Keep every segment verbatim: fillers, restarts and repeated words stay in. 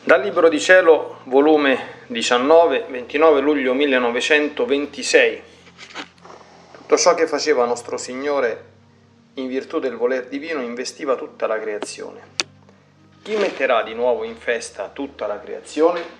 Dal Libro di Cielo, volume diciannove, ventinove luglio millenovecentoventisei. Tutto ciò che faceva nostro Signore in virtù del voler divino investiva tutta la creazione. Chi metterà di nuovo in festa tutta la creazione?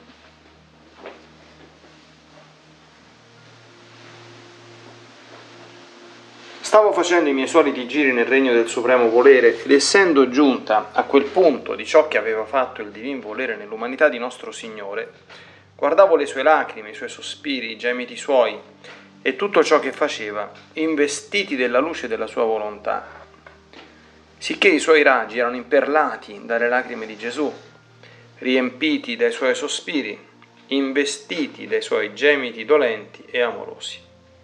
Stavo facendo i miei soliti giri nel regno del supremo volere ed essendo giunta a quel punto di ciò che aveva fatto il divin volere nell'umanità di nostro Signore, guardavo le sue lacrime, i suoi sospiri, i gemiti suoi e tutto ciò che faceva, investiti della luce della sua volontà, sicché i suoi raggi erano imperlati dalle lacrime di Gesù, riempiti dai suoi sospiri, investiti dai suoi gemiti dolenti e amorosi.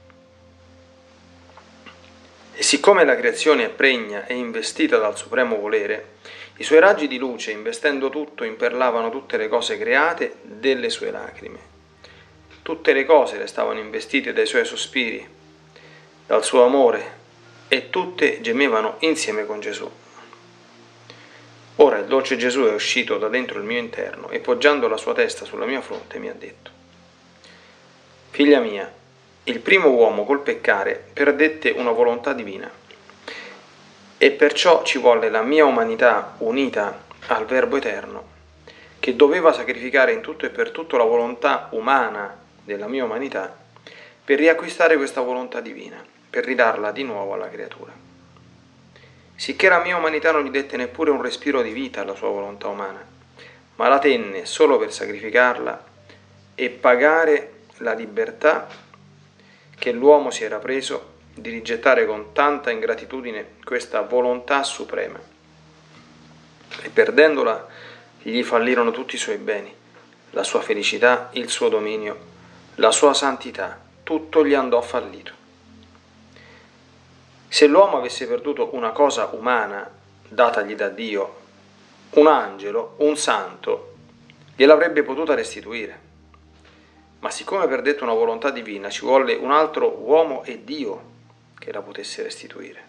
E siccome la creazione è pregna e investita dal supremo volere, i suoi raggi di luce, investendo tutto, imperlavano tutte le cose create delle sue lacrime. Tutte le cose restavano investite dai suoi sospiri, dal suo amore, e tutte gemevano insieme con Gesù. Ora il dolce Gesù è uscito da dentro il mio interno e poggiando la sua testa sulla mia fronte mi ha detto: «Figlia mia, il primo uomo col peccare perdette una volontà divina e perciò ci volle la mia umanità unita al Verbo eterno, che doveva sacrificare in tutto e per tutto la volontà umana della mia umanità per riacquistare questa volontà divina, per ridarla di nuovo alla creatura. Sicché la mia umanità non gli dette neppure un respiro di vita alla sua volontà umana, ma la tenne solo per sacrificarla e pagare la libertà che l'uomo si era preso di rigettare con tanta ingratitudine questa volontà suprema. E perdendola gli fallirono tutti i suoi beni, la sua felicità, il suo dominio, la sua santità, tutto gli andò fallito. Se l'uomo avesse perduto una cosa umana datagli da Dio, un angelo, un santo, gliel'avrebbe potuta restituire. Ma siccome perdette una volontà divina, ci volle un altro uomo e Dio che la potesse restituire.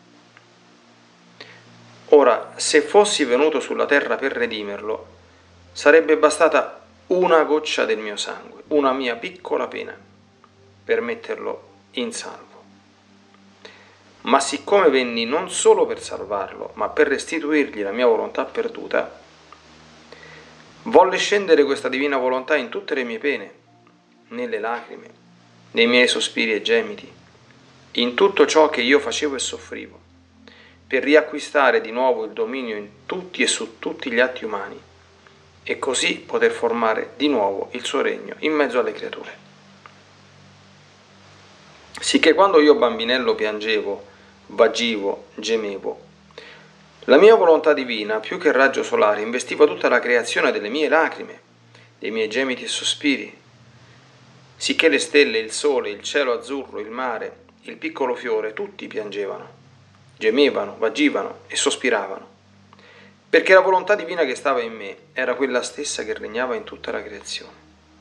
Ora, se fossi venuto sulla terra per redimerlo, sarebbe bastata una goccia del mio sangue, una mia piccola pena, per metterlo in salvo. Ma siccome venni non solo per salvarlo, ma per restituirgli la mia volontà perduta, volle scendere questa divina volontà in tutte le mie pene, nelle lacrime, nei miei sospiri e gemiti, in tutto ciò che io facevo e soffrivo, per riacquistare di nuovo il dominio in tutti e su tutti gli atti umani, e così poter formare di nuovo il suo regno in mezzo alle creature. Sicché quando io bambinello piangevo, vagivo, gemevo, la mia volontà divina, più che il raggio solare, investiva tutta la creazione delle mie lacrime, dei miei gemiti e sospiri, sicché le stelle, il sole, il cielo azzurro, il mare, il piccolo fiore, tutti piangevano, gemevano, vagivano e sospiravano, perché la volontà divina che stava in me era quella stessa che regnava in tutta la creazione.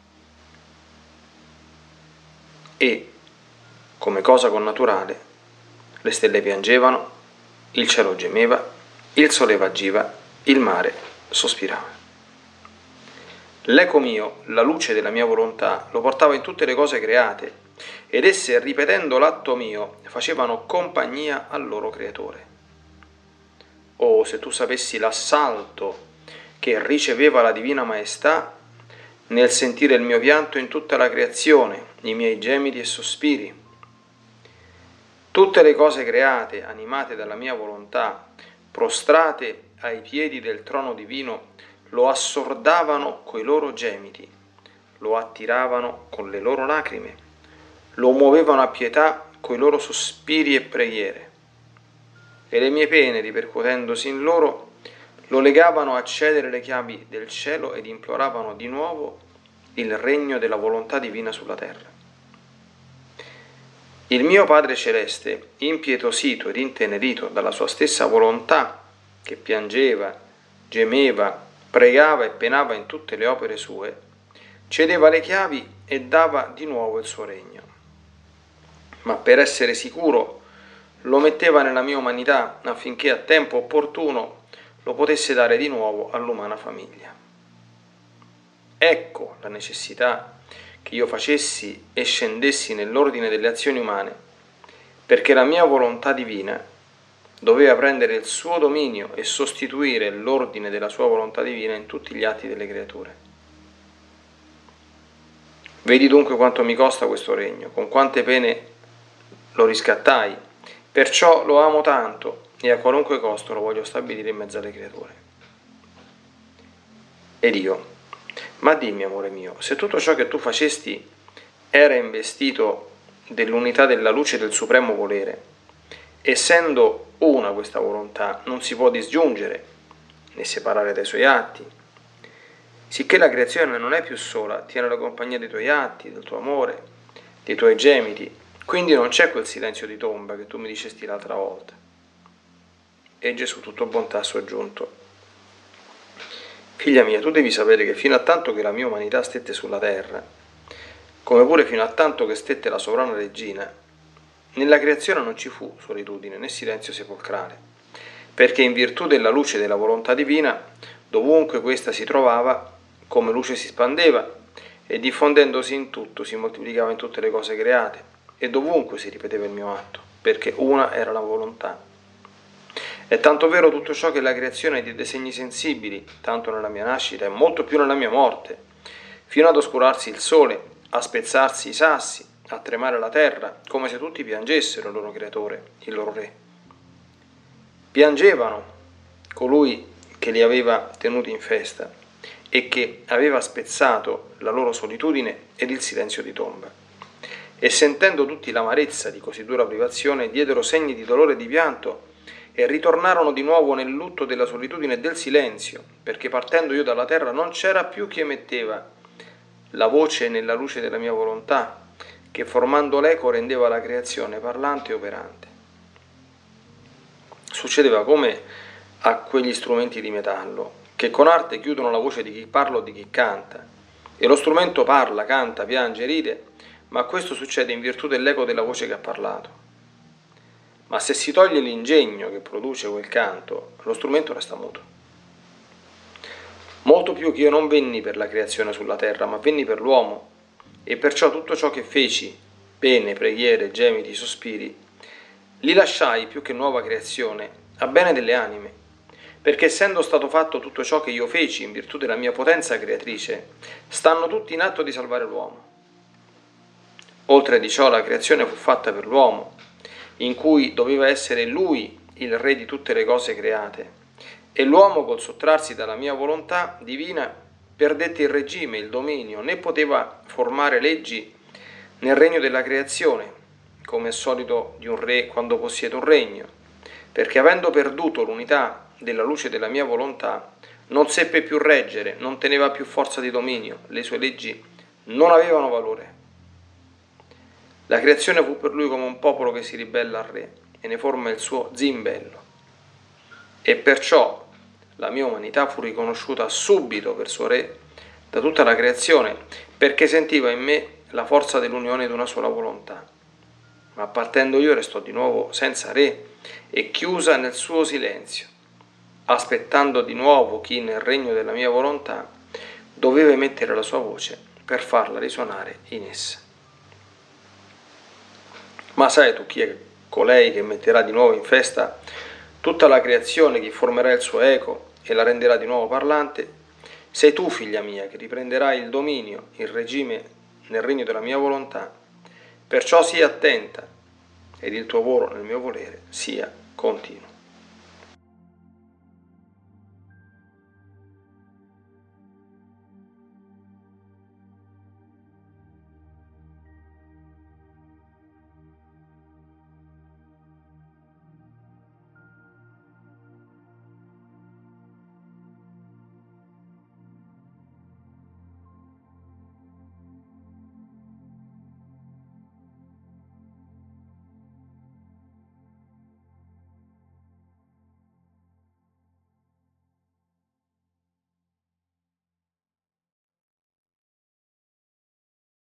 E, come cosa connaturale, le stelle piangevano, il cielo gemeva, il sole vagiva, il mare sospirava. L'eco mio, la luce della mia volontà, lo portava in tutte le cose create, ed esse, ripetendo l'atto mio, facevano compagnia al loro creatore. Oh, se tu sapessi l'assalto che riceveva la divina maestà nel sentire il mio pianto in tutta la creazione, i miei gemiti e sospiri. Tutte le cose create, animate dalla mia volontà, prostrate ai piedi del trono divino, lo assordavano coi loro gemiti, lo attiravano con le loro lacrime, lo muovevano a pietà coi loro sospiri e preghiere. E le mie pene, ripercuotendosi in loro, lo legavano a cedere le chiavi del cielo ed imploravano di nuovo il regno della volontà divina sulla terra. Il mio Padre Celeste, impietosito ed intenerito dalla sua stessa volontà, che piangeva, gemeva, pregava e penava in tutte le opere sue, cedeva le chiavi e dava di nuovo il suo regno. Ma per essere sicuro lo metteva nella mia umanità affinché a tempo opportuno lo potesse dare di nuovo all'umana famiglia. ecco la necessità che io facessi e scendessi nell'ordine delle azioni umane, perché la mia volontà divina doveva prendere il suo dominio e sostituire l'ordine della sua volontà divina in tutti gli atti delle creature. Vedi dunque quanto mi costa questo regno, con quante pene lo riscattai, perciò lo amo tanto e a qualunque costo lo voglio stabilire in mezzo alle creature. Ed io, ma dimmi, amore mio, se tutto ciò che tu facesti era investito dell'unità della luce del supremo volere, essendo una questa volontà, non si può disgiungere né separare dai suoi atti, sicché la creazione non è più sola, tiene la compagnia dei tuoi atti, del tuo amore, dei tuoi gemiti, quindi non c'è quel silenzio di tomba che tu mi dicesti l'altra volta. E Gesù, tutto bontà, ha soggiunto: figlia mia, tu devi sapere che fino a tanto che la mia umanità stette sulla terra, come pure fino a tanto che stette la sovrana regina, nella creazione non ci fu solitudine né silenzio sepolcrale, perché in virtù della luce della volontà divina, dovunque questa si trovava, come luce si spandeva e diffondendosi in tutto si moltiplicava in tutte le cose create, e dovunque si ripeteva il mio atto, perché una era la volontà. È tanto vero tutto ciò che la creazione diede segni sensibili, tanto nella mia nascita e molto più nella mia morte, fino ad oscurarsi il sole, a spezzarsi i sassi, a tremare la terra, come se tutti piangessero il loro creatore, il loro re. Piangevano colui che li aveva tenuti in festa e che aveva spezzato la loro solitudine ed il silenzio di tomba. E sentendo tutti l'amarezza di così dura privazione, diedero segni di dolore e di pianto e ritornarono di nuovo nel lutto della solitudine e del silenzio, perché partendo io dalla terra non c'era più chi emetteva la voce nella luce della mia volontà, che formando l'eco rendeva la creazione parlante e operante. Succedeva come a quegli strumenti di metallo, che con arte chiudono la voce di chi parla o di chi canta, e lo strumento parla, canta, piange, ride, ma questo succede in virtù dell'eco della voce che ha parlato. Ma se si toglie l'ingegno che produce quel canto, lo strumento resta muto. Molto più che io non venni per la creazione sulla terra, ma venni per l'uomo, e perciò tutto ciò che feci, pene, preghiere, gemiti, sospiri, li lasciai più che nuova creazione, a bene delle anime, perché essendo stato fatto tutto ciò che io feci in virtù della mia potenza creatrice, stanno tutti in atto di salvare l'uomo. Oltre di ciò la creazione fu fatta per l'uomo, in cui doveva essere lui il re di tutte le cose create, e l'uomo col sottrarsi dalla mia volontà divina perdette il regime, il dominio, né poteva formare leggi nel regno della creazione, come è solito di un re quando possiede un regno, perché avendo perduto l'unità della luce della mia volontà, non seppe più reggere, non teneva più forza di dominio, le sue leggi non avevano valore. La creazione fu per lui come un popolo che si ribella al re e ne forma il suo zimbello. E perciò la mia umanità fu riconosciuta subito per suo re da tutta la creazione, perché sentiva in me la forza dell'unione di una sola volontà. Ma partendo io restò di nuovo senza re e chiusa nel suo silenzio, aspettando di nuovo chi nel regno della mia volontà doveva emettere la sua voce per farla risuonare in essa. Ma sai tu chi è colei che metterà di nuovo in festa tutta la creazione, che formerà il suo eco e la renderà di nuovo parlante? Sei tu, figlia mia, che riprenderai il dominio, il regime nel regno della mia volontà. Perciò sii attenta ed il tuo lavoro nel mio volere sia continuo.